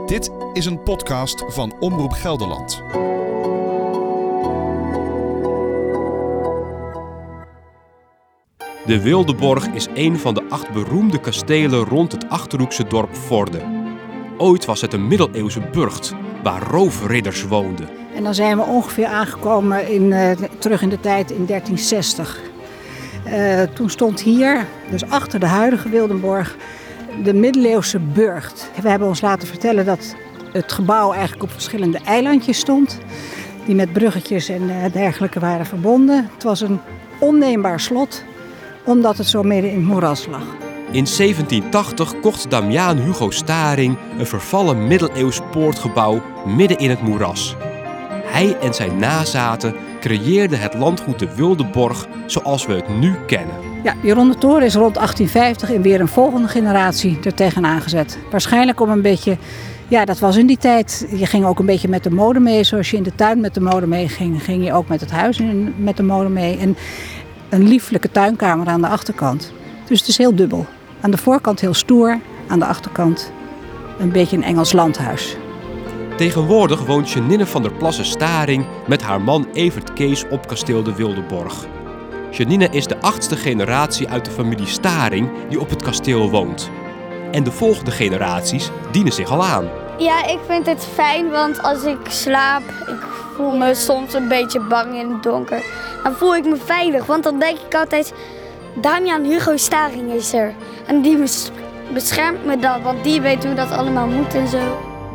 Dit is een podcast van Omroep Gelderland. De Wildeborch is een van de 8 beroemde kastelen rond het Achterhoekse dorp Vorden. Ooit was het een middeleeuwse burcht waar roofridders woonden. En dan zijn we ongeveer aangekomen terug in de tijd in 1360. Toen stond hier, dus achter de huidige Wildeborch, de middeleeuwse burcht. We hebben ons laten vertellen dat het gebouw eigenlijk op verschillende eilandjes stond, die met bruggetjes en dergelijke waren verbonden. Het was een onneembaar slot, omdat het zo midden in het moeras lag. In 1780 kocht Damiaan Hugo Staring een vervallen middeleeuws poortgebouw midden in het moeras. Hij en zijn nazaten creëerden het landgoed de Wildeborch zoals we het nu kennen. Ja, die ronde toren is rond 1850 in weer een volgende generatie er tegenaan gezet. Waarschijnlijk om een beetje, ja, dat was in die tijd. Je ging ook een beetje met de mode mee. Zoals je in de tuin met de mode mee ging, ging je ook met het huis met de mode mee. En een lieflijke tuinkamer aan de achterkant. Dus het is heel dubbel. Aan de voorkant heel stoer, aan de achterkant een beetje een Engels landhuis. Tegenwoordig woont Jeninne van der Plassen Staring met haar man Evert Kees op kasteel de Wildeborch. Jeninne is de 8e generatie uit de familie Staring die op het kasteel woont. En de volgende generaties dienen zich al aan. Ja, ik vind het fijn, want als ik slaap, ik voel me soms een beetje bang in het donker. Dan voel ik me veilig, want dan denk ik altijd, Damiaan Hugo Staring is er. En die beschermt me dan, want die weet hoe dat allemaal moet en zo.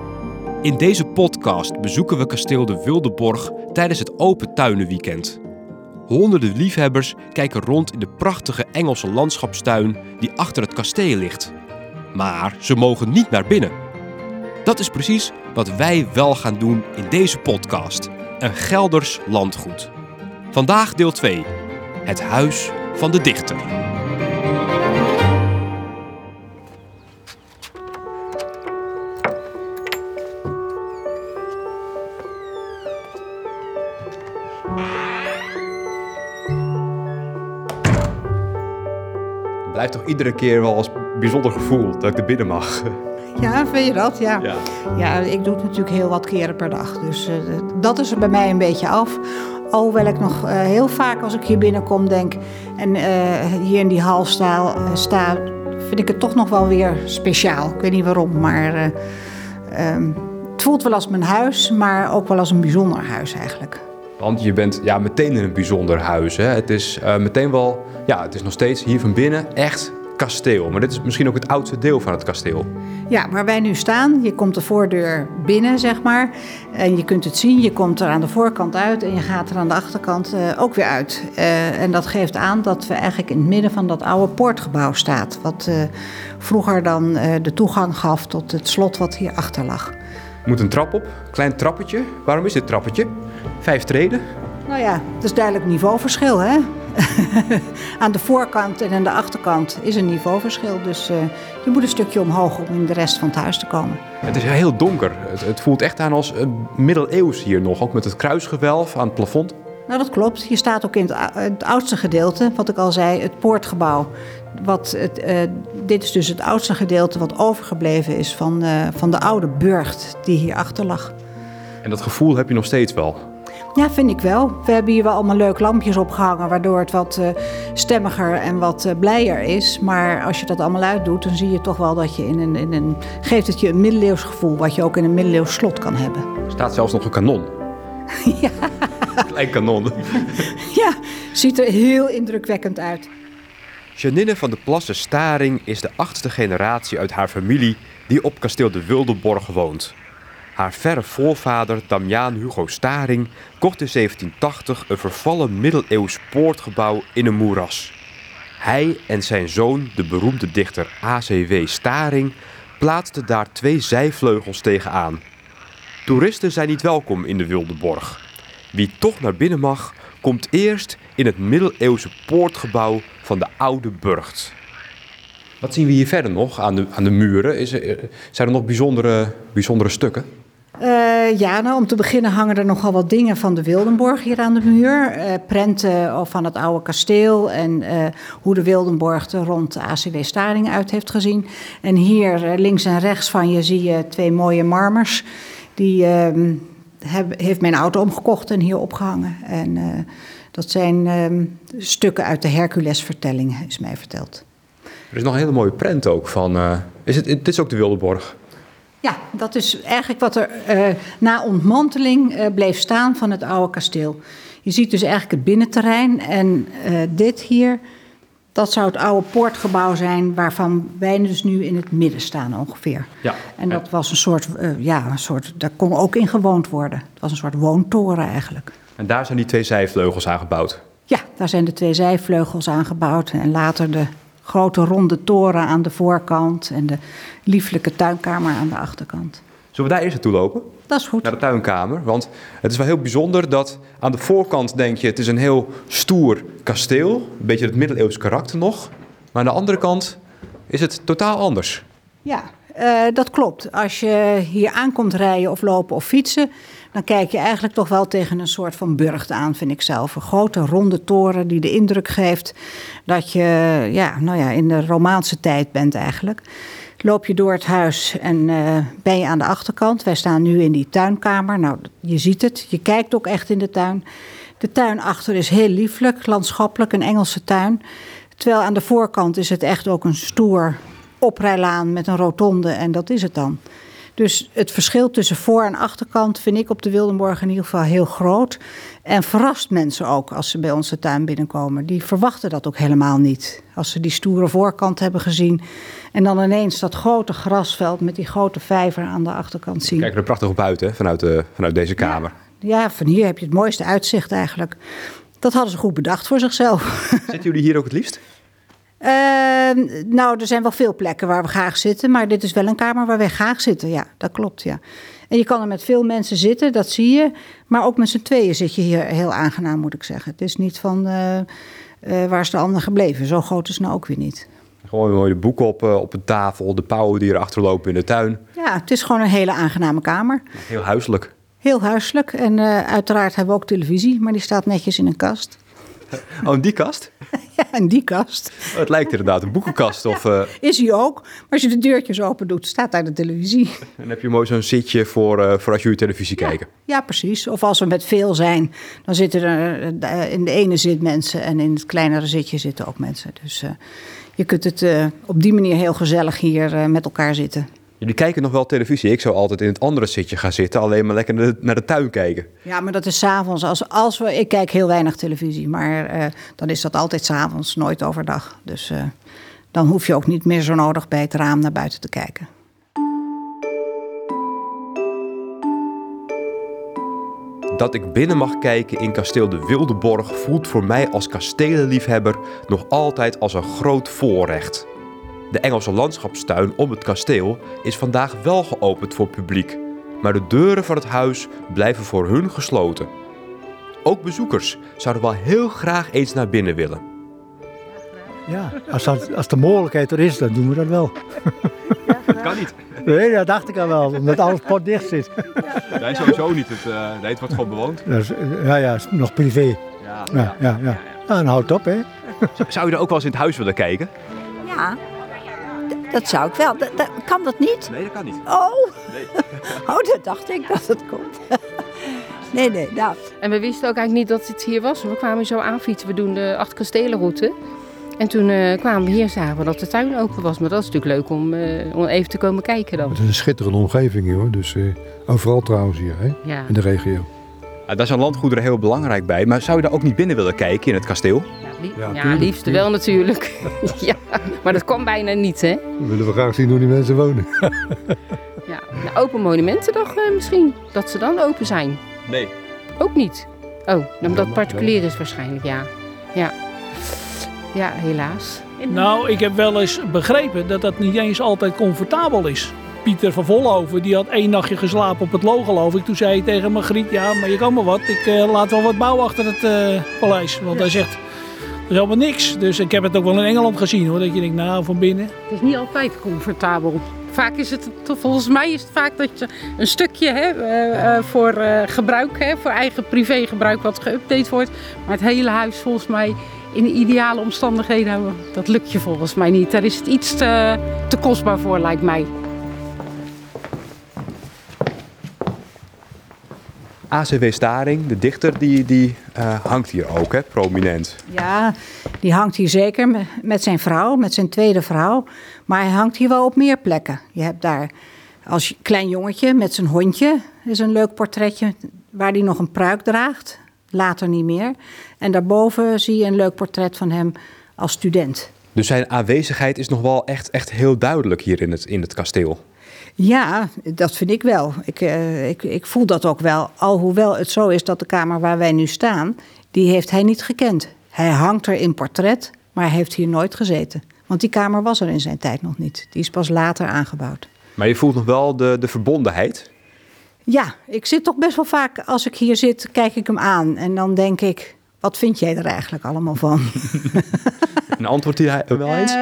In deze podcast bezoeken we kasteel de Wildeborch tijdens het Open Tuinenweekend. Honderden liefhebbers kijken rond in de prachtige Engelse landschapstuin die achter het kasteel ligt. Maar ze mogen niet naar binnen. Dat is precies wat wij wel gaan doen in deze podcast. Een Gelders landgoed. Vandaag deel 2. Het huis van de dichter. Het blijft toch iedere keer wel als bijzonder gevoel dat ik er binnen mag. Ja, vind je dat? Ja. Ja, ik doe het natuurlijk heel wat keren per dag. Dus dat is er bij mij een beetje af. Alhoewel ik nog heel vaak als ik hier binnenkom denk en hier in die hal sta, vind ik het toch nog wel weer speciaal. Ik weet niet waarom, maar het voelt wel als mijn huis, maar ook wel als een bijzonder huis eigenlijk. Want je bent meteen in een bijzonder huis. Hè? Het is meteen wel, het is nog steeds hier van binnen echt kasteel. Maar dit is misschien ook het oudste deel van het kasteel. Ja, waar wij nu staan, je komt de voordeur binnen, zeg maar. En je kunt het zien, je komt er aan de voorkant uit en je gaat er aan de achterkant ook weer uit. En dat geeft aan dat we eigenlijk in het midden van dat oude poortgebouw staan. Wat vroeger dan de toegang gaf tot het slot wat hier achter lag. Er moet een trap op, klein trappetje. Waarom is dit trappetje? 5 treden. Nou ja, het is duidelijk niveauverschil, hè? Aan de voorkant en aan de achterkant is een niveauverschil. Dus je moet een stukje omhoog om in de rest van het huis te komen. Het is heel donker. Het voelt echt aan als middeleeuws hier nog. Ook met het kruisgewelf aan het plafond. Nou, dat klopt. Je staat ook in het oudste gedeelte, wat ik al zei, het poortgebouw. Dit is dus het oudste gedeelte wat overgebleven is van de oude burcht die hier achter lag. En dat gevoel heb je nog steeds wel? Ja, vind ik wel. We hebben hier wel allemaal leuk lampjes opgehangen, waardoor het wat stemmiger en wat blijer is. Maar als je dat allemaal uitdoet, dan zie je toch wel dat je geeft het je een middeleeuws gevoel, wat je ook in een middeleeuws slot kan hebben. Er staat zelfs nog een kanon. Ja. Klein kanon. Ja, ziet er heel indrukwekkend uit. Jeninne van der Plassen Staring is de 8e generatie uit haar familie die op kasteel de Wildeborch woont. Haar verre voorvader Damiaan Hugo Staring kocht in 1780 een vervallen middeleeuws poortgebouw in een moeras. Hij en zijn zoon, de beroemde dichter A.C.W. Staring, plaatsten daar 2 zijvleugels tegenaan. Toeristen zijn niet welkom in de Wildeborch. Wie toch naar binnen mag, komt eerst in het middeleeuwse poortgebouw van de oude burcht. Wat zien we hier verder nog aan de muren? Zijn er nog bijzondere stukken? Om te beginnen hangen er nogal wat dingen van de Wildenborch hier aan de muur. Prenten van het oude kasteel en hoe de Wildenborch er rond de ACW Staring uit heeft gezien. En hier links en rechts van je zie je 2 mooie marmers. Die heeft mijn auto omgekocht en hier opgehangen. En dat zijn stukken uit de Hercules-vertelling, is mij verteld. Er is nog een hele mooie prent ook van... Dit is ook de Wildenborch. Ja, dat is eigenlijk wat er na ontmanteling bleef staan van het oude kasteel. Je ziet dus eigenlijk het binnenterrein en dit hier, dat zou het oude poortgebouw zijn waarvan wij dus nu in het midden staan ongeveer. Ja. En dat was een soort, daar kon ook in gewoond worden. Het was een soort woontoren eigenlijk. En daar zijn die 2 zijvleugels aangebouwd? Ja, daar zijn de 2 zijvleugels aangebouwd en later de grote ronde toren aan de voorkant en de lieflijke tuinkamer aan de achterkant. Zullen we daar eerst naartoe lopen? Dat is goed. Naar de tuinkamer, want het is wel heel bijzonder dat aan de voorkant denk je... het is een heel stoer kasteel, een beetje het middeleeuws karakter nog. Maar aan de andere kant is het totaal anders. Ja, dat klopt. Als je hier aankomt rijden of lopen of fietsen... dan kijk je eigenlijk toch wel tegen een soort van burcht aan, vind ik zelf. Een grote ronde toren die de indruk geeft dat je in de Romaanse tijd bent eigenlijk. Loop je door het huis en ben je aan de achterkant. Wij staan nu in die tuinkamer. Nou, je ziet het. Je kijkt ook echt in de tuin. De tuin achter is heel lieflijk, landschappelijk, een Engelse tuin. Terwijl aan de voorkant is het echt ook een stoer oprijlaan met een rotonde en dat is het dan. Dus het verschil tussen voor- en achterkant vind ik op de Wildenborch in ieder geval heel groot. En verrast mensen ook als ze bij onze tuin binnenkomen. Die verwachten dat ook helemaal niet. Als ze die stoere voorkant hebben gezien en dan ineens dat grote grasveld met die grote vijver aan de achterkant zien. Kijk er prachtig op uit, hè, vanuit deze kamer. Ja, van hier heb je het mooiste uitzicht eigenlijk. Dat hadden ze goed bedacht voor zichzelf. Zitten jullie hier ook het liefst? Er zijn wel veel plekken waar we graag zitten, maar dit is wel een kamer waar wij graag zitten. Ja, dat klopt, ja. En je kan er met veel mensen zitten, dat zie je. Maar ook met z'n tweeën zit je hier heel aangenaam, moet ik zeggen. Het is niet van waar is de ander gebleven. Zo groot is het nou ook weer niet. Gewoon mooi de boeken op de tafel, de pauwen die erachter lopen in de tuin. Ja, het is gewoon een hele aangename kamer. Heel huiselijk. Heel huiselijk. En uiteraard hebben we ook televisie, maar die staat netjes in een kast. Oh, in die kast? Ja, in die kast. Oh, het lijkt inderdaad een boekenkast. Of, is hij ook. Maar als je de deurtjes open doet, staat daar de televisie. En dan heb je mooi zo'n zitje voor als jullie televisie kijken. Ja, precies. Of als we met veel zijn, dan zitten er in de ene zit mensen en in het kleinere zitje zitten ook mensen. Dus je kunt het op die manier heel gezellig hier met elkaar zitten. Jullie kijken nog wel televisie. Ik zou altijd in het andere zitje gaan zitten, alleen maar lekker naar de tuin kijken. Ja, maar dat is 's avonds. Ik kijk heel weinig televisie, maar dan is dat altijd 's avonds, nooit overdag. Dus dan hoef je ook niet meer zo nodig bij het raam naar buiten te kijken. Dat ik binnen mag kijken in kasteel de Wildenborch voelt voor mij als kastelenliefhebber nog altijd als een groot voorrecht. De Engelse landschapstuin om het kasteel is vandaag wel geopend voor publiek, maar de deuren van het huis blijven voor hun gesloten. Ook bezoekers zouden wel heel graag eens naar binnen willen. Ja, als de mogelijkheid er is, dan doen we dat wel. Dat kan niet. Nee, dat dacht ik al wel, omdat alles potdicht zit. Nee, sowieso niet. Het wordt gewoon bewoond. Ja, is nog privé. Ja. Nou, dan houdt het op, hè. Zou je er ook wel eens in het huis willen kijken? Ja, dat zou ik wel. Kan dat niet? Nee, dat kan niet. Oh, Nee. oh dat dacht ik dat het komt. Nee, nou. En we wisten ook eigenlijk niet dat het hier was. We kwamen zo aanfietsen, we doen de 8 kastelenroute. En toen kwamen we hier, zagen we dat de tuin open was. Maar dat is natuurlijk leuk om even te komen kijken dan. Het is een schitterende omgeving hier, hoor. Dus overal trouwens hier, hè? Ja. In de regio. Ja, daar zijn landgoederen heel belangrijk bij. Maar zou je daar ook niet binnen willen kijken in het kasteel? Ja, liefst wel natuurlijk. Ja, maar dat kwam bijna niet, hè? Dan willen we graag zien hoe die mensen wonen. Ja, nou, open monumentendag misschien. Dat ze dan open zijn. Nee. Ook niet. Oh, omdat het particulier is waarschijnlijk, ja. Ja, helaas. Nou, ik heb wel eens begrepen dat dat niet eens altijd comfortabel is. Pieter van Vollenhoven, die had 1 nachtje geslapen op het Loo, geloof ik. Toen zei hij tegen Margriet, ja, maar je kan maar wat. Ik laat wel wat bouwen achter het paleis. Want hij zegt, er is helemaal niks. Dus ik heb het ook wel in Engeland gezien, hoor. Dat je denkt, nou, van binnen. Het is niet altijd comfortabel, vaak is het, volgens mij is het vaak dat je een stukje voor gebruik, voor eigen privégebruik wat geüpdate wordt. Maar het hele huis volgens mij in de ideale omstandigheden, dat lukt je volgens mij niet. Daar is het iets te kostbaar voor, lijkt mij. A.C.W. Staring, de dichter, die hangt hier ook, hè, prominent. Ja, die hangt hier zeker met zijn vrouw, met zijn tweede vrouw. Maar hij hangt hier wel op meer plekken. Je hebt daar als klein jongetje met zijn hondje, is een leuk portretje waar hij nog een pruik draagt. Later niet meer. En daarboven zie je een leuk portret van hem als student. Dus zijn aanwezigheid is nog wel echt heel duidelijk hier in het kasteel. Ja, dat vind ik wel. Ik voel dat ook wel. Alhoewel het zo is dat de kamer waar wij nu staan, die heeft hij niet gekend. Hij hangt er in portret, maar hij heeft hier nooit gezeten. Want die kamer was er in zijn tijd nog niet. Die is pas later aangebouwd. Maar je voelt nog wel de verbondenheid? Ja, ik zit toch best wel vaak, als ik hier zit, kijk ik hem aan. En dan denk ik, wat vind jij er eigenlijk allemaal van? Een antwoord die hij wel eens?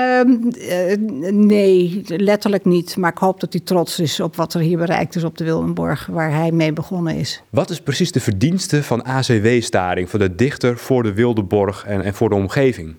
Nee, letterlijk niet. Maar ik hoop dat hij trots is op wat er hier bereikt is op de Wildenborch, waar hij mee begonnen is. Wat is precies de verdienste van A.C.W. Staring, voor de dichter, voor de Wildenborch en voor de omgeving?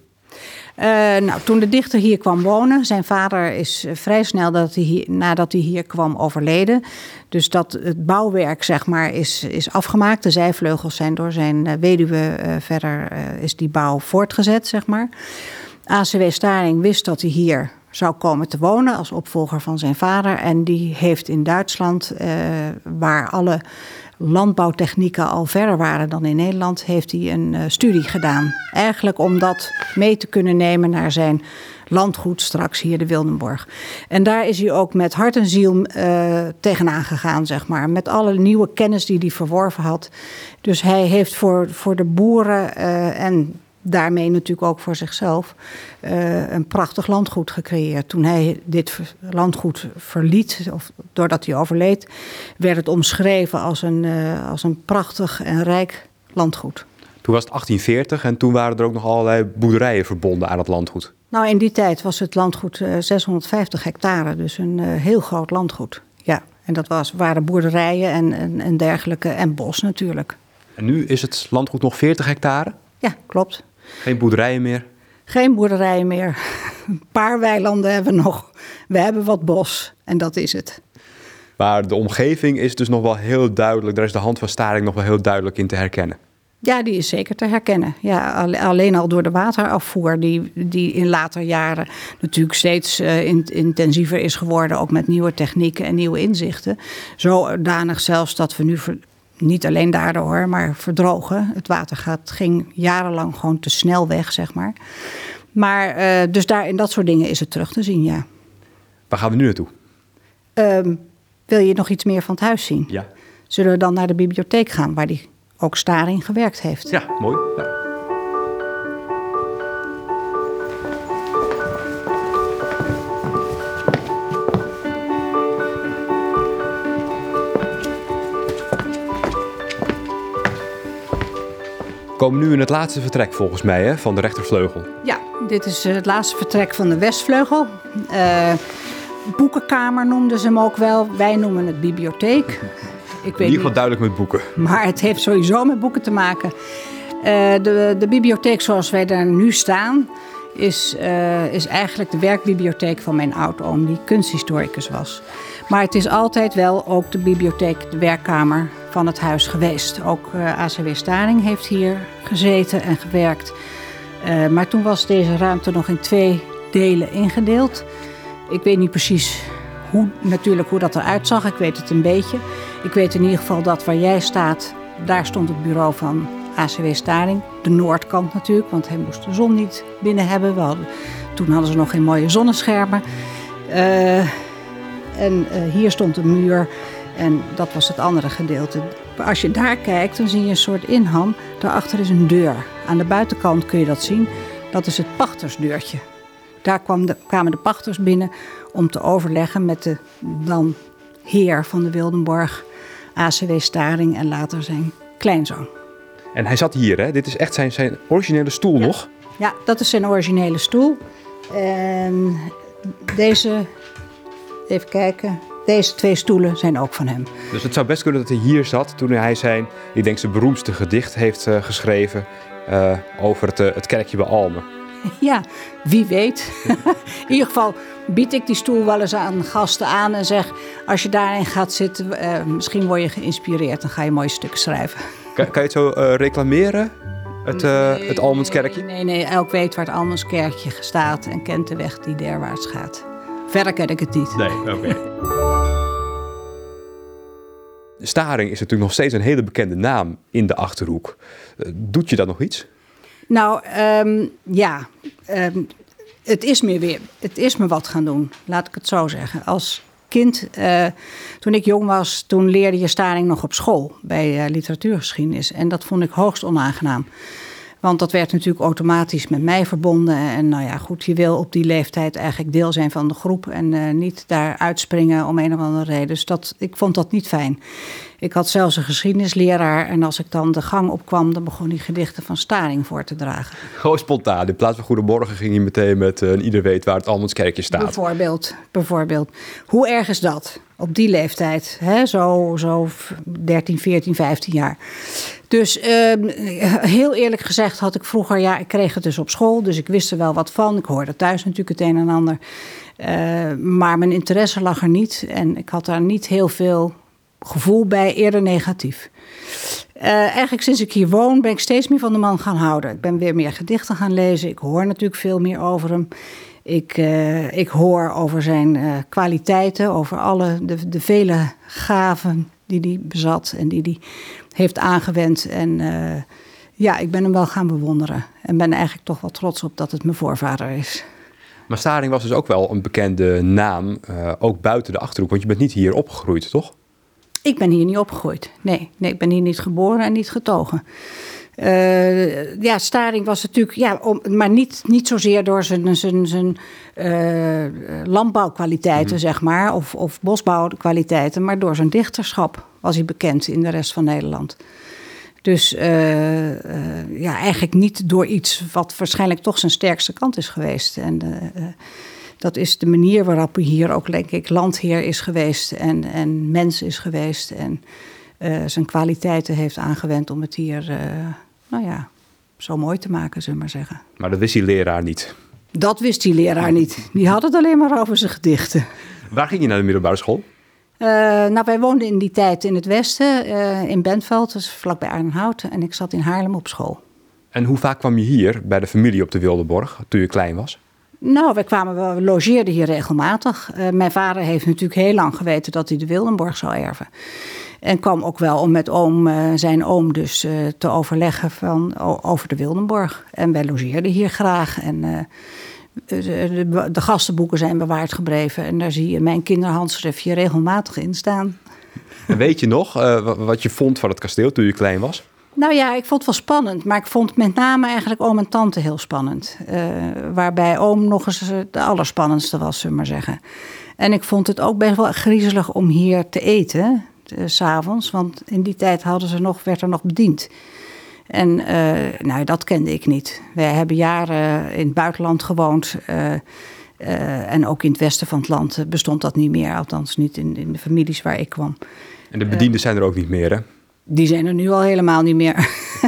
Toen de dichter hier kwam wonen, zijn vader is vrij snel nadat hij hier kwam overleden. Dus dat het bouwwerk zeg maar is afgemaakt. De zijvleugels zijn door zijn weduwe verder is die bouw voortgezet zeg maar. A.C.W. Staring wist dat hij hier zou komen te wonen als opvolger van zijn vader. En die heeft in Duitsland, waar alle landbouwtechnieken al verder waren dan in Nederland, heeft hij een studie gedaan. Eigenlijk om dat mee te kunnen nemen naar zijn landgoed straks hier de Wildenborch. En daar is hij ook met hart en ziel tegenaan gegaan, zeg maar. Met alle nieuwe kennis die hij verworven had. Dus hij heeft voor de boeren en daarmee natuurlijk ook voor zichzelf een prachtig landgoed gecreëerd. Toen hij dit landgoed verliet, of doordat hij overleed, werd het omschreven als een prachtig en rijk landgoed. Toen was het 1840 en toen waren er ook nog allerlei boerderijen verbonden aan het landgoed. Nou, in die tijd was het landgoed 650 hectare, dus een heel groot landgoed. Ja, en dat waren boerderijen en dergelijke en bos natuurlijk. En nu is het landgoed nog 40 hectare? Ja, klopt. Geen boerderijen meer? Geen boerderijen meer. Een paar weilanden hebben we nog. We hebben wat bos en dat is het. Maar de omgeving is dus nog wel heel duidelijk. Daar is de hand van Staring nog wel heel duidelijk in te herkennen. Ja, die is zeker te herkennen. Ja, alleen al door de waterafvoer die in later jaren natuurlijk steeds intensiever is geworden. Ook met nieuwe technieken en nieuwe inzichten. Zodanig zelfs dat we nu niet alleen daardoor hoor, maar verdrogen. Het water ging jarenlang gewoon te snel weg, zeg maar. Maar dus daar in dat soort dingen is het terug te zien, ja. Waar gaan we nu naartoe? Wil je nog iets meer van het huis zien? Ja. Zullen we dan naar de bibliotheek gaan, waar die ook Staring gewerkt heeft? Ja, mooi. Ja. We komen nu in het laatste vertrek volgens mij, hè, van de rechtervleugel. Ja, dit is het laatste vertrek van de westvleugel. Boekenkamer noemden ze hem ook wel. Wij noemen het bibliotheek. In ieder geval duidelijk met boeken. Maar het heeft sowieso met boeken te maken. De bibliotheek zoals wij daar nu staan is eigenlijk de werkbibliotheek van mijn oudoom, die kunsthistoricus was. Maar het is altijd wel ook de bibliotheek, de werkkamer van het huis geweest. Ook A.C.W. Staring heeft hier gezeten en gewerkt. Maar toen was deze ruimte nog in 2 delen ingedeeld. Ik weet niet precies hoe dat eruit zag. Ik weet het een beetje. Ik weet in ieder geval dat waar jij staat, daar stond het bureau van A.C.W. Staring. De noordkant natuurlijk, want hij moest de zon niet binnen hebben. Toen hadden ze nog geen mooie zonneschermen. En hier stond een muur en dat was het andere gedeelte. Als je daar kijkt, dan zie je een soort inham. Daarachter is een deur. Aan de buitenkant kun je dat zien. Dat is het pachtersdeurtje. Daar kwamen de pachters binnen om te overleggen met de dan heer van de Wildenborch, A.C.W. Staring en later zijn kleinzoon. En hij zat hier, hè? Dit is echt zijn originele stoel nog? Ja, dat is zijn originele stoel. En deze Even kijken. Deze 2 stoelen zijn ook van hem. Dus het zou best kunnen dat hij hier zat toen hij zijn beroemdste gedicht heeft geschreven over het kerkje bij Almen. Ja, wie weet. In ieder geval bied ik die stoel wel eens aan gasten aan en zeg... als je daarin gaat zitten, misschien word je geïnspireerd. Dan ga je mooie stukken schrijven. Kan je het zo reclameren, het Almenskerkje? Nee, elk weet waar het Almenskerkje staat... en kent de weg die derwaarts gaat. Verder ken ik het niet. Nee, oké. Staring is natuurlijk nog steeds een hele bekende naam in de Achterhoek. Doet je dat nog iets? Nou, het is me wat gaan doen, laat ik het zo zeggen. Als kind, toen ik jong was, toen leerde je staring nog op school bij literatuurgeschiedenis. En dat vond ik hoogst onaangenaam. Want dat werd natuurlijk automatisch met mij verbonden. En nou ja, goed, je wil op die leeftijd eigenlijk deel zijn van de groep... en niet daar uitspringen om een of andere reden. Dus ik vond dat niet fijn. Ik had zelfs een geschiedenisleraar... en als ik dan de gang opkwam, dan begon hij gedichten van Staring voor te dragen. Gewoon spontaan. In plaats van goedemorgen ging hij meteen met... ieder weet waar het Almenskerkje staat. Bijvoorbeeld. Hoe erg is dat? Op die leeftijd, hè? Zo 13, 14, 15 jaar. Dus heel eerlijk gezegd had ik vroeger... ik kreeg het dus op school, dus ik wist er wel wat van. Ik hoorde thuis natuurlijk het een en ander. Maar mijn interesse lag er niet. En ik had daar niet heel veel gevoel bij, eerder negatief. Eigenlijk sinds ik hier woon ben ik steeds meer van de man gaan houden. Ik ben weer meer gedichten gaan lezen. Ik hoor natuurlijk veel meer over hem. Ik hoor over zijn kwaliteiten, over de vele gaven die hij bezat en die hij heeft aangewend. En ik ben hem wel gaan bewonderen. En ben eigenlijk toch wel trots op dat het mijn voorvader is. Maar Staring was dus ook wel een bekende naam, ook buiten de Achterhoek. Want je bent niet hier opgegroeid, toch? Ik ben hier niet opgegroeid. Nee, ik ben hier niet geboren en niet getogen. Staring was natuurlijk, maar niet zozeer door zijn landbouwkwaliteiten, zeg maar, of bosbouwkwaliteiten, maar door zijn dichterschap was hij bekend in de rest van Nederland. Dus eigenlijk niet door iets wat waarschijnlijk toch zijn sterkste kant is geweest. En dat is de manier waarop hij hier ook, denk ik, landheer is geweest en mens is geweest. En zijn kwaliteiten heeft aangewend om het hier, zo mooi te maken, zullen we maar zeggen. Maar dat wist die leraar niet? Dat wist die leraar niet. Die had het alleen maar over zijn gedichten. Waar ging je naar de middelbare school? Wij woonden in die tijd in het westen, in Bentveld, dus vlakbij Arnhem-Hout. En ik zat in Haarlem op school. En hoe vaak kwam je hier bij de familie op de Wildenborch toen je klein was? Nou, we logeerden hier regelmatig. Mijn vader heeft natuurlijk heel lang geweten dat hij de Wildenborch zou erven. En kwam ook wel om met zijn oom dus te overleggen over de Wildenborch. En wij logeerden hier graag. En de gastenboeken zijn bewaard gebleven. En daar zie je mijn kinderhandschriftje regelmatig in staan. En weet je nog wat je vond van het kasteel toen je klein was? Nou ja, ik vond het wel spannend. Maar ik vond met name eigenlijk oom en tante heel spannend. Waarbij oom nog eens de allerspannendste was, zullen we maar zeggen. En ik vond het ook best wel griezelig om hier te eten, 's avonds. Want in die tijd werd er nog bediend. En dat kende ik niet. Wij hebben jaren in het buitenland gewoond. En ook in het westen van het land bestond dat niet meer. Althans niet in de families waar ik kwam. En de bedienden zijn er ook niet meer, hè? Die zijn er nu al helemaal niet meer.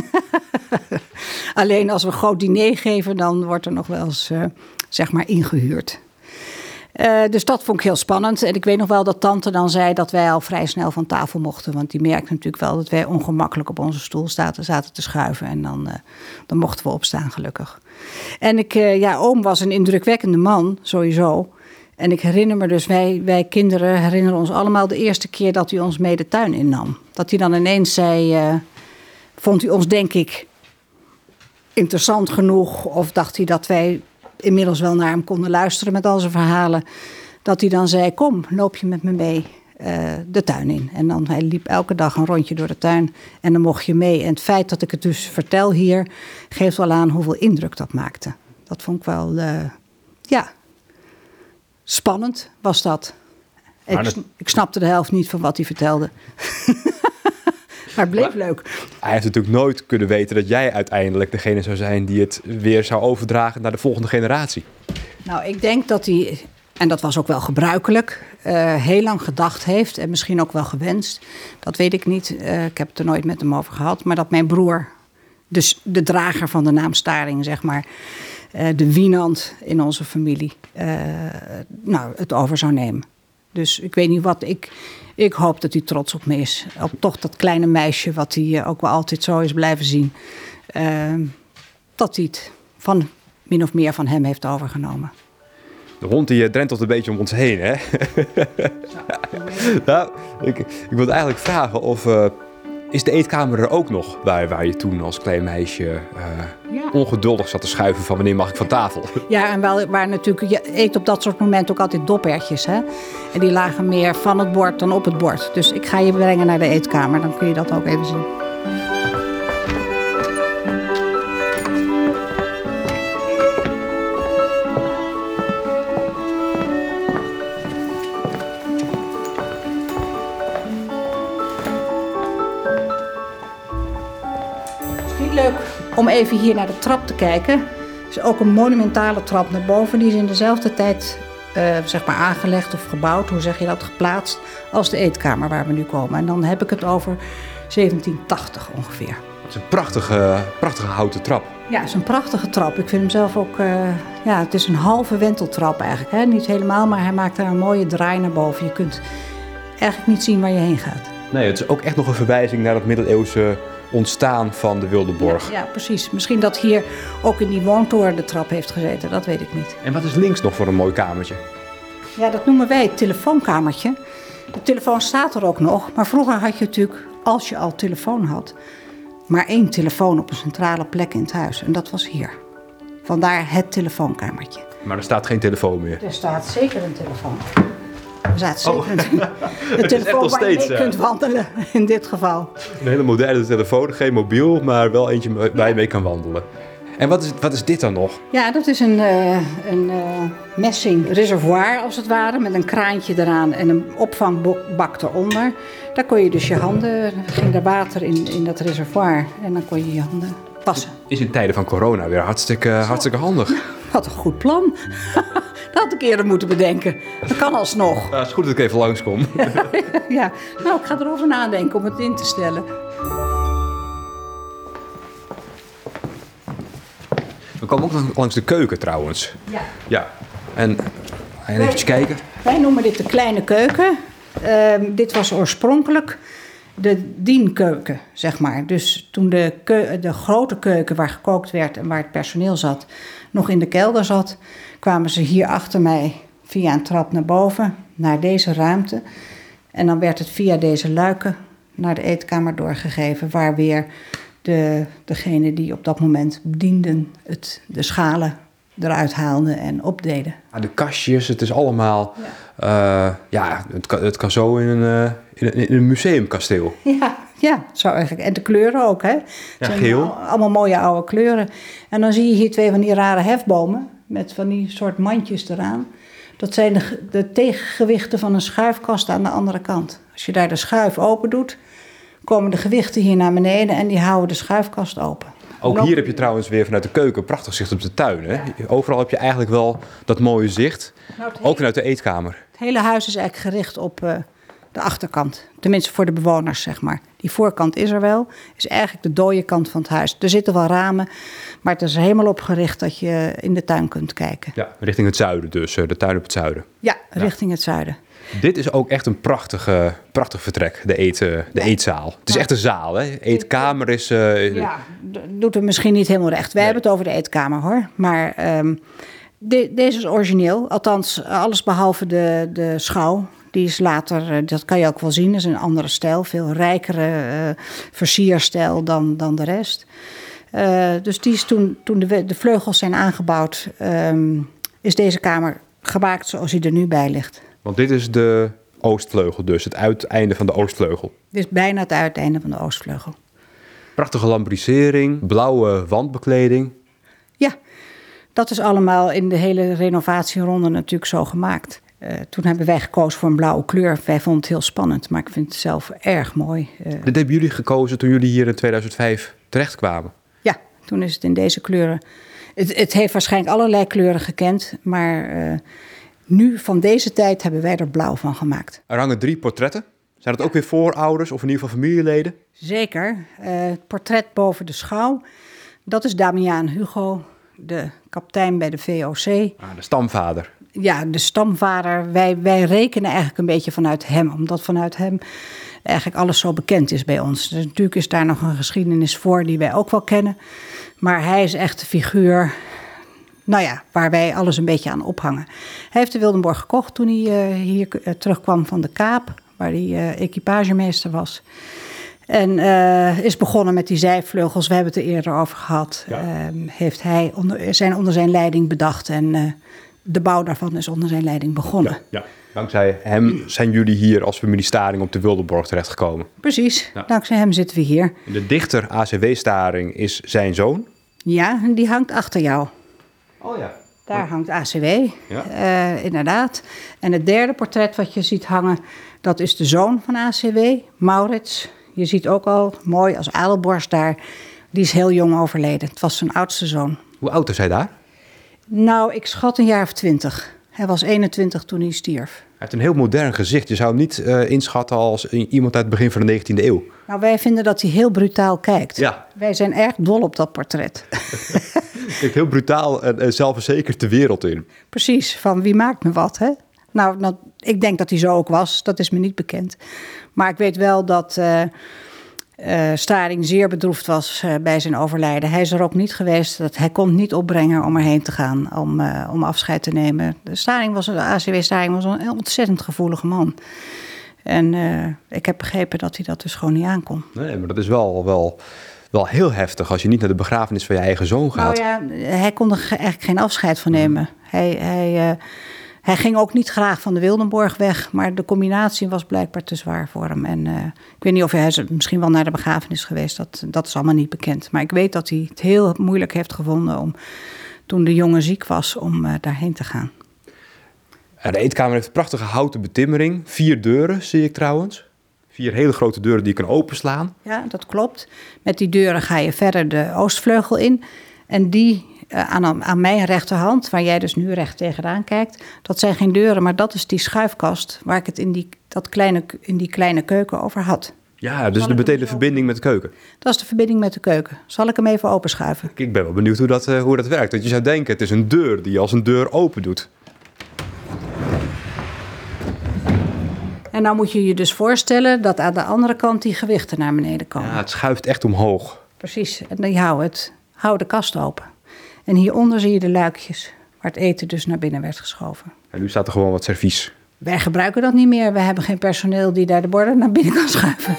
Alleen als we een groot diner geven, dan wordt er nog wel eens, ingehuurd. Dus dat vond ik heel spannend. En ik weet nog wel dat tante dan zei dat wij al vrij snel van tafel mochten. Want die merkte natuurlijk wel dat wij ongemakkelijk op onze stoel zaten te schuiven. En dan mochten we opstaan, gelukkig. En oom was een indrukwekkende man, sowieso. En ik herinner me dus, wij kinderen herinneren ons allemaal de eerste keer dat hij ons mee de tuin innam. Dat hij dan ineens zei, vond hij ons denk ik interessant genoeg, of dacht hij dat wij inmiddels wel naar hem konden luisteren met al zijn verhalen. Dat hij dan zei, kom, loop je met me mee de tuin in. En dan hij liep elke dag een rondje door de tuin en dan mocht je mee. En het feit dat ik het dus vertel hier, geeft wel aan hoeveel indruk dat maakte. Dat vond ik wel, spannend was dat. Ik snapte de helft niet van wat hij vertelde. Maar het bleef leuk. Hij heeft natuurlijk nooit kunnen weten dat jij uiteindelijk degene zou zijn die het weer zou overdragen naar de volgende generatie. Nou, ik denk dat hij en dat was ook wel gebruikelijk, heel lang gedacht heeft en misschien ook wel gewenst. Dat weet ik niet, ik heb het er nooit met hem over gehad. Maar dat mijn broer, dus de drager van de naam Staring, zeg maar, de wienand in onze familie, het over zou nemen. Dus ik weet niet wat, ik hoop dat hij trots op me is. Op toch dat kleine meisje wat hij ook wel altijd zo is blijven zien. Dat hij het min of meer van hem heeft overgenomen. De hond die drentelt een beetje om ons heen, hè? Nou, ik wil eigenlijk vragen of... is de eetkamer er ook nog waar je toen als klein meisje ongeduldig zat te schuiven van wanneer mag ik van tafel? Ja, en waar natuurlijk, je eet op dat soort momenten ook altijd dopertjes, hè? En die lagen meer van het bord dan op het bord. Dus ik ga je brengen naar de eetkamer, dan kun je dat ook even zien. Leuk om even hier naar de trap te kijken. Het is ook een monumentale trap naar boven. Die is in dezelfde tijd aangelegd of gebouwd, hoe zeg je dat, geplaatst, als de eetkamer waar we nu komen. En dan heb ik het over 1780 ongeveer. Het is een prachtige houten trap. Ja, het is een prachtige trap. Ik vind hem zelf ook, het is een halve wenteltrap eigenlijk. Hè? Niet helemaal, maar hij maakt daar een mooie draai naar boven. Je kunt eigenlijk niet zien waar je heen gaat. Nee, het is ook echt nog een verwijzing naar het middeleeuwse ontstaan van de Wildenborch. Ja, precies. Misschien dat hier ook in die woontoren de trap heeft gezeten, dat weet ik niet. En wat is links nog voor een mooi kamertje? Ja, dat noemen wij het telefoonkamertje. De telefoon staat er ook nog, maar vroeger had je natuurlijk, als je al telefoon had, maar 1 telefoon op een centrale plek in het huis. En dat was hier. Vandaar het telefoonkamertje. Maar er staat geen telefoon meer? Er staat zeker een telefoon. Er staat zeker een telefoon waar je mee kunt wandelen, in dit geval. Een hele moderne telefoon, geen mobiel, maar wel eentje waar je mee kan wandelen. En wat is dit dan nog? Ja, dat is een messing reservoir als het ware, met een kraantje eraan en een opvangbak eronder. Daar kon je dus je handen, ging er water in dat reservoir en dan kon je je handen wassen. Is in tijden van corona weer hartstikke handig. Wat een goed plan. Dat had ik eerder moeten bedenken. Dat kan alsnog. Ja, het is goed dat ik even langskom. Ja, nou, ik ga erover nadenken om het in te stellen. We komen ook langs de keuken trouwens. Ja. En even kijken. Wij noemen dit de kleine keuken. Dit was oorspronkelijk de dienkeuken, zeg maar. Dus toen de grote keuken waar gekookt werd en waar het personeel zat, nog in de kelder zat, kwamen ze hier achter mij via een trap naar boven, naar deze ruimte. En dan werd het via deze luiken naar de eetkamer doorgegeven, waar weer degene die op dat moment bedienden de schalen eruit haalden en opdeden. De kastjes, het is allemaal... het kan zo in een museumkasteel. Ja, zo eigenlijk. En de kleuren ook, hè? Het zijn geel. Allemaal mooie oude kleuren. En dan zie je hier 2 van die rare hefbomen met van die soort mandjes eraan. Dat zijn de tegengewichten van een schuifkast aan de andere kant. Als je daar de schuif open doet, komen de gewichten hier naar beneden en die houden de schuifkast open. Ook hier heb je trouwens weer vanuit de keuken prachtig zicht op de tuin. Hè? Overal heb je eigenlijk wel dat mooie zicht. Ook vanuit de eetkamer. Het hele huis is eigenlijk gericht op de achterkant. Tenminste voor de bewoners, zeg maar. Die voorkant is er wel. Is eigenlijk de dode kant van het huis. Er zitten wel ramen, maar het is er helemaal op gericht dat je in de tuin kunt kijken. Ja, richting het zuiden dus. De tuin op het zuiden. Ja, richting het zuiden. Dit is ook echt een prachtig vertrek, de eetzaal. Het is echt een zaal, hè? Eetkamer is... Ja, doet er misschien niet helemaal recht. Wij hebben het over de eetkamer, hoor. Maar deze is origineel. Althans, alles behalve de schouw. Die is later, dat kan je ook wel zien, is een andere stijl. Veel rijkere versierstijl dan de rest. Dus die is toen de vleugels zijn aangebouwd, is deze kamer gemaakt zoals hij er nu bij ligt. Want dit is de oostvleugel dus, het uiteinde van de oostvleugel. Dit is bijna het uiteinde van de oostvleugel. Prachtige lambrisering, blauwe wandbekleding. Ja, dat is allemaal in de hele renovatieronde natuurlijk zo gemaakt. Toen hebben wij gekozen voor een blauwe kleur. Wij vonden het heel spannend, maar ik vind het zelf erg mooi. Dit hebben jullie gekozen toen jullie hier in 2005 terechtkwamen? Ja, toen is het in deze kleuren. Het heeft waarschijnlijk allerlei kleuren gekend, maar Nu, van deze tijd, hebben wij er blauw van gemaakt. Er hangen 3 portretten. Zijn dat ook weer voorouders of in ieder geval familieleden? Zeker. Het portret boven de schouw, dat is Damiaan Hugo, de kapitein bij de VOC. De stamvader. Ja, de stamvader. Wij rekenen eigenlijk een beetje vanuit hem, omdat vanuit hem eigenlijk alles zo bekend is bij ons. Dus natuurlijk is daar nog een geschiedenis voor die wij ook wel kennen. Maar hij is echt de figuur, waar wij alles een beetje aan ophangen. Hij heeft de Wildenborch gekocht toen hij hier terugkwam van de Kaap, waar hij equipagemeester was. En is begonnen met die zijvleugels, we hebben het er eerder over gehad. Ja. Heeft hij onder zijn leiding bedacht en de bouw daarvan is onder zijn leiding begonnen. Ja. Dankzij hem zijn jullie hier als familie Staring op de Wildenborch terechtgekomen. Precies, dankzij hem zitten we hier. En de dichter A.C.W. Staring is zijn zoon? Ja, en die hangt achter jou. Oh ja. Daar hangt A.C.W., inderdaad. En het derde portret wat je ziet hangen, dat is de zoon van A.C.W., Maurits. Je ziet ook al, mooi als adelborst daar, die is heel jong overleden. Het was zijn oudste zoon. Hoe oud is hij daar? Nou, ik schat een jaar of 20. Hij was 21 toen hij stierf. Hij heeft een heel modern gezicht. Je zou hem niet inschatten als iemand uit het begin van de 19e eeuw. Nou, wij vinden dat hij heel brutaal kijkt. Ja. Wij zijn erg dol op dat portret. Hij kijkt heel brutaal en zelfverzekerd de wereld in. Precies, van wie maakt me wat, hè? Nou, ik denk dat hij zo ook was. Dat is me niet bekend. Maar ik weet wel dat Staring zeer bedroefd was bij zijn overlijden. Hij is er ook niet geweest. Hij kon het niet opbrengen om erheen te gaan, om afscheid te nemen. A.C.W. Staring was een ontzettend gevoelige man. En ik heb begrepen dat hij dat dus gewoon niet aankon. Nee, maar dat is wel heel heftig als je niet naar de begrafenis van je eigen zoon gaat. Nou ja, hij kon er eigenlijk geen afscheid van nemen. Hij ging ook niet graag van de Wildenborch weg, maar de combinatie was blijkbaar te zwaar voor hem. En ik weet niet of hij is misschien wel naar de begrafenis geweest, dat is allemaal niet bekend. Maar ik weet dat hij het heel moeilijk heeft gevonden om, toen de jongen ziek was, om daarheen te gaan. De eetkamer heeft een prachtige houten betimmering. 4 deuren zie ik trouwens. 4 hele grote deuren die je kan openslaan. Ja, dat klopt. Met die deuren ga je verder de oostvleugel in. En die aan mijn rechterhand, waar jij dus nu recht tegenaan kijkt, dat zijn geen deuren, maar dat is die schuifkast waar ik het in die kleine keuken over had. Ja, dus meteen de verbinding met de keuken. Dat is de verbinding met de keuken. Zal ik hem even openschuiven? Ik ben wel benieuwd hoe dat werkt. Want je zou denken, het is een deur die je als een deur open doet. En nou moet je je dus voorstellen dat aan de andere kant die gewichten naar beneden komen. Ja, het schuift echt omhoog. Precies, en die hou de kast open. En hieronder zie je de luikjes, waar het eten dus naar binnen werd geschoven. En nu staat er gewoon wat servies. Wij gebruiken dat niet meer. We hebben geen personeel die daar de borden naar binnen kan schuiven.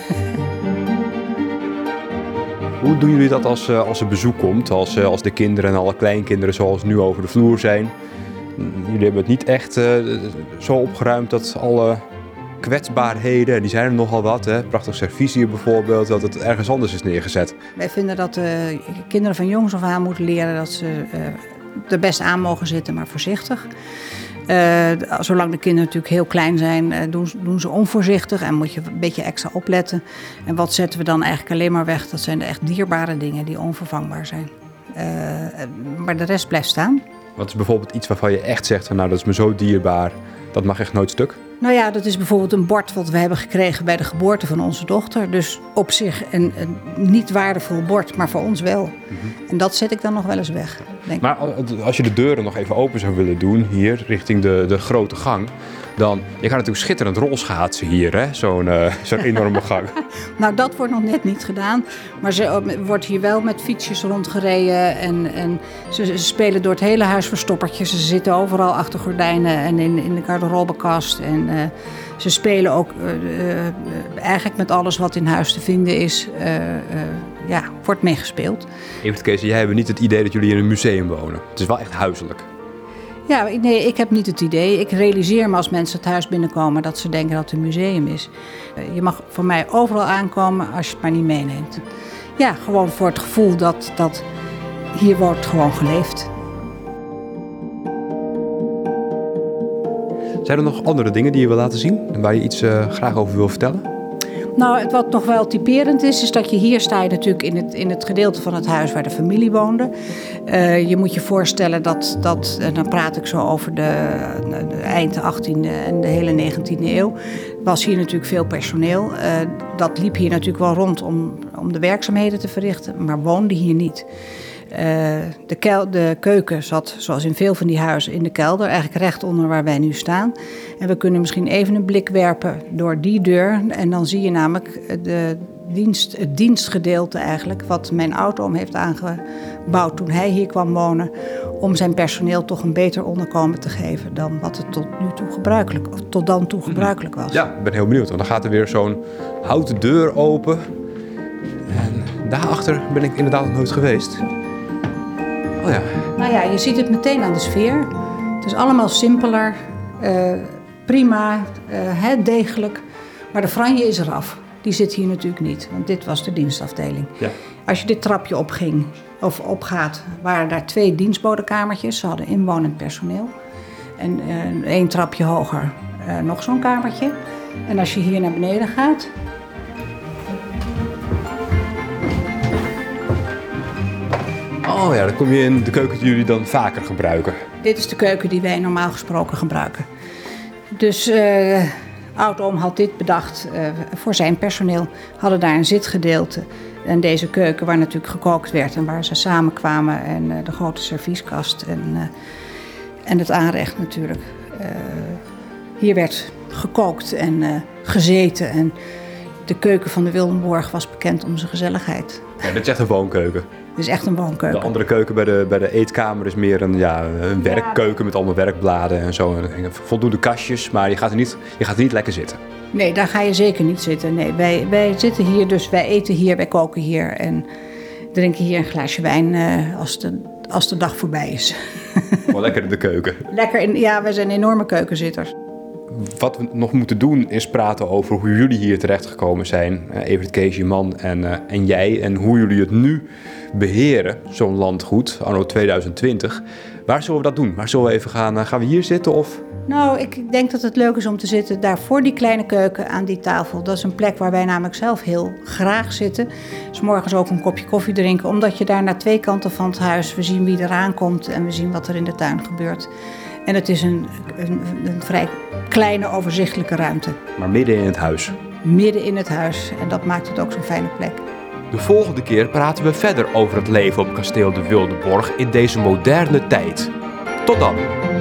Hoe doen jullie dat als er bezoek komt? Als de kinderen en alle kleinkinderen zoals nu over de vloer zijn? Jullie hebben het niet echt zo opgeruimd dat alle kwetsbaarheden, die zijn er nogal wat. Hè? Prachtig servies hier bijvoorbeeld, dat het ergens anders is neergezet. Wij vinden dat kinderen van jongs af aan moeten leren dat ze er best aan mogen zitten, maar voorzichtig. Zolang de kinderen natuurlijk heel klein zijn, doen ze onvoorzichtig en moet je een beetje extra opletten. En wat zetten we dan eigenlijk alleen maar weg? Dat zijn de echt dierbare dingen die onvervangbaar zijn. Maar de rest blijft staan. Wat is bijvoorbeeld iets waarvan je echt zegt van nou, dat is me zo dierbaar, dat mag echt nooit stuk? Nou ja, dat is bijvoorbeeld een bord wat we hebben gekregen bij de geboorte van onze dochter. Dus op zich een niet waardevol bord, maar voor ons wel. Mm-hmm. En dat zet ik dan nog wel eens weg. Denk maar als je de deuren nog even open zou willen doen, hier richting de grote gang, dan, je kan natuurlijk schitterend rolschaatsen hier, hè? Zo'n enorme gang. Nou, dat wordt nog net niet gedaan. Maar wordt hier wel met fietsjes rondgereden. En ze spelen door het hele huis verstoppertjes. Ze zitten overal achter gordijnen en in de garderobekast. En ze spelen ook eigenlijk met alles wat in huis te vinden is. Wordt meegespeeld. Even Kees, jij hebt niet het idee dat jullie in een museum wonen. Het is wel echt huiselijk. Ja, nee, ik heb niet het idee. Ik realiseer me als mensen het huis binnenkomen dat ze denken dat het een museum is. Je mag van mij overal aankomen als je het maar niet meeneemt. Ja, gewoon voor het gevoel dat hier wordt gewoon geleefd. Zijn er nog andere dingen die je wil laten zien en waar je iets graag over wil vertellen? Nou, wat nog wel typerend is dat je hier sta je natuurlijk in het gedeelte van het huis waar de familie woonde. Je moet je voorstellen dat dan praat ik zo over de eind 18e en de hele 19e eeuw, was hier natuurlijk veel personeel. Dat liep hier natuurlijk wel rond om de werkzaamheden te verrichten, maar woonde hier niet. De keuken zat, zoals in veel van die huizen, in de kelder, eigenlijk recht onder waar wij nu staan. En we kunnen misschien even een blik werpen door die deur. En dan zie je namelijk het dienstgedeelte eigenlijk, wat mijn oud-oom heeft aangebouwd toen hij hier kwam wonen, om zijn personeel toch een beter onderkomen te geven dan wat het tot dan toe gebruikelijk was. Ja, ik ben heel benieuwd, want dan gaat er weer zo'n houten deur open. En daarachter ben ik inderdaad nog nooit geweest. Oh ja. Nou ja, je ziet het meteen aan de sfeer. Het is allemaal simpeler, prima, degelijk. Maar de franje is eraf. Die zit hier natuurlijk niet, want dit was de dienstafdeling. Ja. Als je dit trapje opgaat, waren daar 2 dienstbodenkamertjes. Ze hadden inwonend personeel. En 1 trapje hoger nog zo'n kamertje. En als je hier naar beneden gaat... Oh ja, dan kom je in de keuken die jullie dan vaker gebruiken. Dit is de keuken die wij normaal gesproken gebruiken. Dus oud-oom had dit bedacht voor zijn personeel. Hadden daar een zitgedeelte. En deze keuken waar natuurlijk gekookt werd en waar ze samenkwamen. En de grote servieskast en het aanrecht natuurlijk. Hier werd gekookt en gezeten. En de keuken van de Wildenborch was bekend om zijn gezelligheid. Ja, dit is echt een woonkeuken. Het is echt een woonkeuken. De andere keuken bij de eetkamer is meer een werkkeuken met allemaal werkbladen en zo. En voldoende kastjes, maar je gaat er niet lekker zitten. Nee, daar ga je zeker niet zitten. Nee, wij zitten hier, dus wij eten hier, wij koken hier en drinken hier een glaasje wijn als de dag voorbij is. Gewoon lekker in de keuken. Ja, wij zijn enorme keukenzitters. Wat we nog moeten doen is praten over hoe jullie hier terecht gekomen zijn. Evert Kees, je man en jij. En hoe jullie het nu beheren, zo'n landgoed, anno 2020. Waar zullen we dat doen? Waar zullen we even gaan? Gaan we hier zitten of... Nou, ik denk dat het leuk is om te zitten daar voor die kleine keuken aan die tafel. Dat is een plek waar wij namelijk zelf heel graag zitten. 'S morgens ook een kopje koffie drinken. Omdat je daar naar 2 kanten van het huis, we zien wie eraan komt en we zien wat er in de tuin gebeurt. En het is een vrij kleine, overzichtelijke ruimte. Maar midden in het huis. Midden in het huis. En dat maakt het ook zo'n fijne plek. De volgende keer praten we verder over het leven op kasteel de Wildenborch in deze moderne tijd. Tot dan!